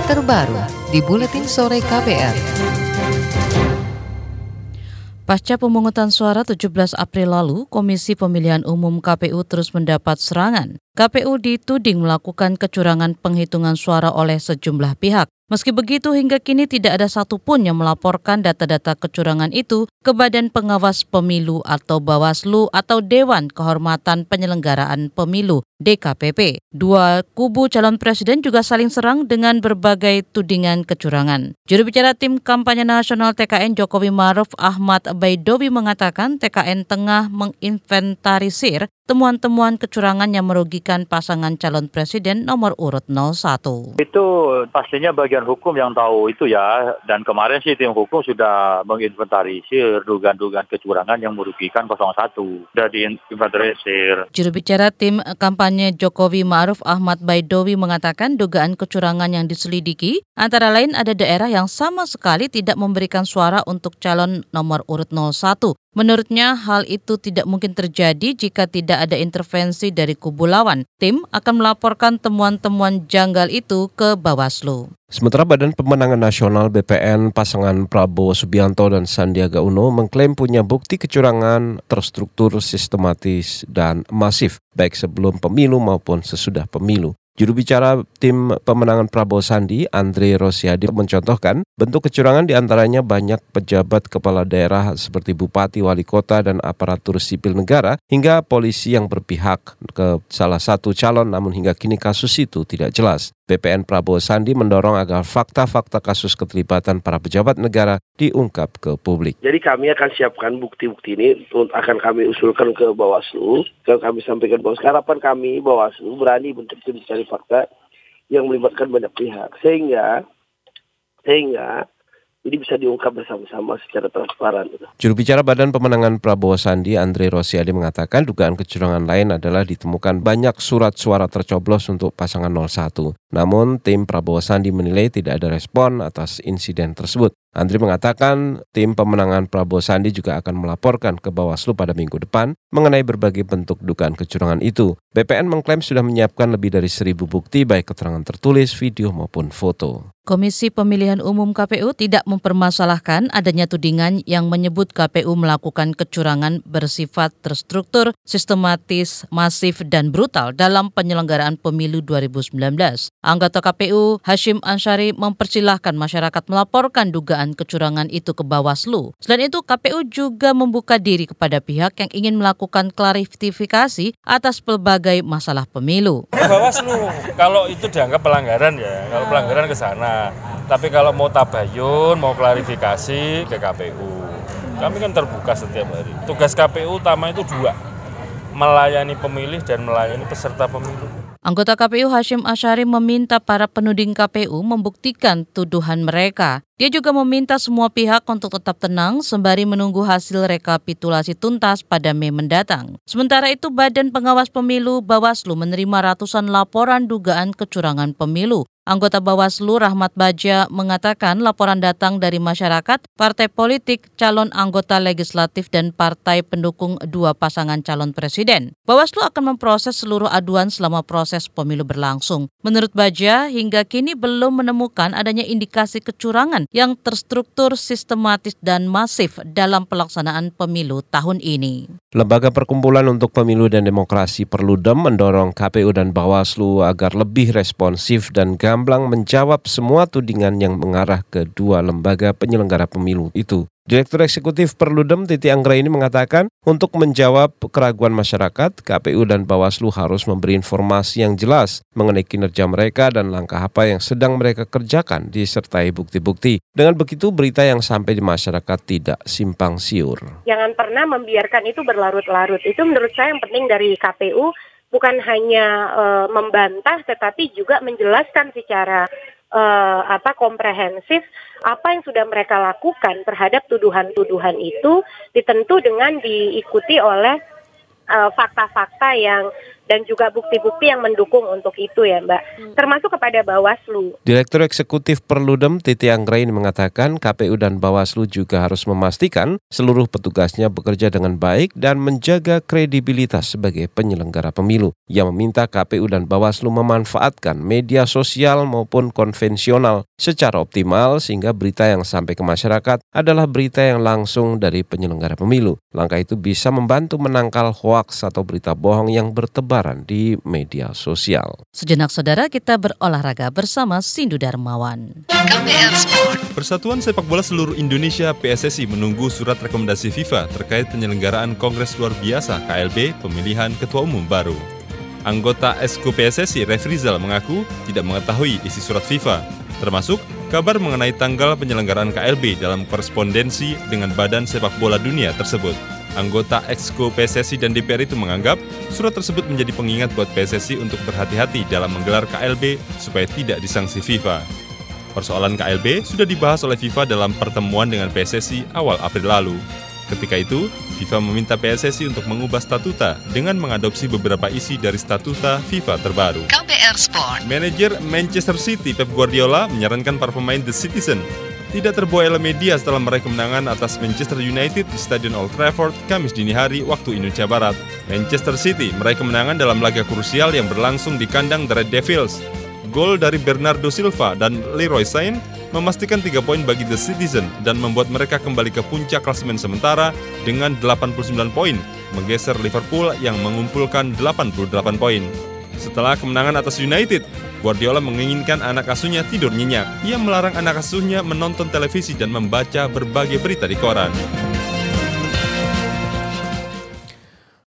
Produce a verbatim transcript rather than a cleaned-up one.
terbaru di Buletin Sore K P R. Pasca pemungutan suara tujuh belas April lalu, Komisi Pemilihan Umum K P U terus mendapat serangan. K P U dituding melakukan kecurangan penghitungan suara oleh sejumlah pihak. Meski begitu, hingga kini tidak ada satupun yang melaporkan data-data kecurangan itu ke Badan Pengawas Pemilu atau Bawaslu atau Dewan Kehormatan Penyelenggaraan Pemilu D K P P. Dua kubu calon presiden juga saling serang dengan berbagai tudingan kecurangan. Juru bicara tim kampanye nasional T K N Jokowi Ma'ruf Ahmad Baidowi mengatakan T K N tengah menginventarisir temuan-temuan kecurangan yang merugikan pasangan calon presiden nomor urut nol satu. Itu pastinya bagian hukum yang tahu itu ya, dan kemarin sih tim hukum sudah menginventarisir dugaan-dugaan kecurangan yang merugikan nol satu. Sudah diinventarisir. Juru bicara tim kampanye Jokowi Ma'ruf Ahmad Baidowi mengatakan dugaan kecurangan yang diselidiki antara lain ada daerah yang sama sekali tidak memberikan suara untuk calon nomor urut nol satu. Menurutnya, hal itu tidak mungkin terjadi jika tidak ada intervensi dari kubu lawan. Tim akan melaporkan temuan-temuan janggal itu ke Bawaslu. Sementara Badan Pemenangan Nasional B P N pasangan Prabowo Subianto dan Sandiaga Uno mengklaim punya bukti kecurangan terstruktur, sistematis, dan masif, baik sebelum pemilu maupun sesudah pemilu. Juru bicara tim pemenangan Prabowo Sandi, Andre Rosiadi, mencontohkan bentuk kecurangan diantaranya banyak pejabat kepala daerah seperti bupati, wali kota, dan aparatur sipil negara, hingga polisi yang berpihak ke salah satu calon, namun hingga kini kasus itu tidak jelas. B P N Prabowo Sandi mendorong agar fakta-fakta kasus keterlibatan para pejabat negara diungkap ke publik. Jadi kami akan siapkan bukti-bukti ini, akan kami usulkan ke Bawaslu, akan kami sampaikan bahwa harapan kami Bawaslu berani bentuk tim mencari fakta yang melibatkan banyak pihak, sehingga sehingga ini bisa diungkap bersama-sama secara transparan. Juru bicara Badan Pemenangan Prabowo Sandi, Andre Rosiadi, mengatakan dugaan kecurangan lain adalah ditemukan banyak surat suara tercoblos untuk pasangan nol satu. Namun, tim Prabowo Sandi menilai tidak ada respon atas insiden tersebut. Andre mengatakan tim pemenangan Prabowo Sandi juga akan melaporkan ke Bawaslu pada minggu depan mengenai berbagai bentuk dugaan kecurangan itu. B P N mengklaim sudah menyiapkan lebih dari seribu bukti baik keterangan tertulis, video maupun foto. Komisi Pemilihan Umum K P U tidak mempermasalahkan adanya tudingan yang menyebut K P U melakukan kecurangan bersifat terstruktur, sistematis, masif, dan brutal dalam penyelenggaraan pemilu dua ribu sembilan belas. Anggota K P U Hashim Ansyari mempersilahkan masyarakat melaporkan dugaan kecurangan itu ke Bawaslu. Selain itu, K P U juga membuka diri kepada pihak yang ingin melakukan klarifikasi atas pelbagai masalah pemilu. Bawaslu, kalau itu dianggap pelanggaran ya, kalau pelanggaran ke sana. Tapi kalau mau tabayun, mau klarifikasi ke K P U. Kami kan terbuka setiap hari. Tugas K P U utama itu dua, melayani pemilih dan melayani peserta pemilu. Anggota K P U Hashim Ansyari meminta para penuding K P U membuktikan tuduhan mereka. Dia juga meminta semua pihak untuk tetap tenang sembari menunggu hasil rekapitulasi tuntas pada Mei mendatang. Sementara itu, Badan Pengawas Pemilu Bawaslu menerima ratusan laporan dugaan kecurangan pemilu. Anggota Bawaslu Rahmat Baja mengatakan laporan datang dari masyarakat, partai politik, calon anggota legislatif, dan partai pendukung dua pasangan calon presiden. Bawaslu akan memproses seluruh aduan selama proses pemilu berlangsung. Menurut Baja, hingga kini belum menemukan adanya indikasi kecurangan yang terstruktur, sistematis, dan masif dalam pelaksanaan pemilu tahun ini. Lembaga Perkumpulan untuk Pemilu dan Demokrasi Perludem mendorong K P U dan Bawaslu agar lebih responsif dan gamblang menjawab semua tudingan yang mengarah ke dua lembaga penyelenggara pemilu itu. Direktur Eksekutif Perludem Titi Anggraini mengatakan untuk menjawab keraguan masyarakat, K P U dan Bawaslu harus memberi informasi yang jelas mengenai kinerja mereka dan langkah apa yang sedang mereka kerjakan disertai bukti-bukti. Dengan begitu berita yang sampai di masyarakat tidak simpang siur. Jangan pernah membiarkan itu berlarut-larut. Itu menurut saya yang penting dari K P U, bukan hanya e, membantah tetapi juga menjelaskan secara Uh, apa komprehensif apa yang sudah mereka lakukan terhadap tuduhan-tuduhan itu, ditentu dengan diikuti oleh uh, fakta-fakta yang dan juga bukti-bukti yang mendukung untuk itu ya Mbak, hmm. termasuk kepada Bawaslu. Direktur Eksekutif Perludem Titi Anggraini mengatakan K P U dan Bawaslu juga harus memastikan seluruh petugasnya bekerja dengan baik dan menjaga kredibilitas sebagai penyelenggara pemilu. Ia meminta K P U dan Bawaslu memanfaatkan media sosial maupun konvensional secara optimal sehingga berita yang sampai ke masyarakat adalah berita yang langsung dari penyelenggara pemilu. Langkah itu bisa membantu menangkal hoaks atau berita bohong yang bertebaran di media sosial. Sejenak saudara, kita berolahraga bersama Sindu Darmawan. K B R Sport. Persatuan Sepak Bola Seluruh Indonesia P S S I menunggu surat rekomendasi FIFA terkait penyelenggaraan Kongres Luar Biasa K L B pemilihan Ketua Umum baru. Anggota Esko P S S I Refrizal mengaku tidak mengetahui isi surat FIFA, termasuk kabar mengenai tanggal penyelenggaraan K L B dalam korespondensi dengan Badan Sepak Bola Dunia tersebut. Anggota Exco P S S I dan D P R itu menganggap surat tersebut menjadi pengingat buat P S S I untuk berhati-hati dalam menggelar K L B supaya tidak disanksi FIFA. Persoalan K L B sudah dibahas oleh FIFA dalam pertemuan dengan P S S I awal April lalu. Ketika itu, FIFA meminta P S S I untuk mengubah statuta dengan mengadopsi beberapa isi dari statuta FIFA terbaru. K B R Sport. Manajer Manchester City Pep Guardiola menyarankan para pemain The Citizen tidak terbuai oleh media setelah meraih kemenangan atas Manchester United di Stadion Old Trafford Kamis dini hari waktu Indonesia Barat. Manchester City meraih kemenangan dalam laga krusial yang berlangsung di kandang The Red Devils. Gol dari Bernardo Silva dan Leroy Sané memastikan tiga poin bagi The Citizen dan membuat mereka kembali ke puncak klasemen sementara dengan delapan puluh sembilan poin, menggeser Liverpool yang mengumpulkan delapan puluh delapan poin. Setelah kemenangan atas United, Guardiola menginginkan anak asuhnya tidur nyenyak. Ia melarang anak asuhnya menonton televisi dan membaca berbagai berita di koran.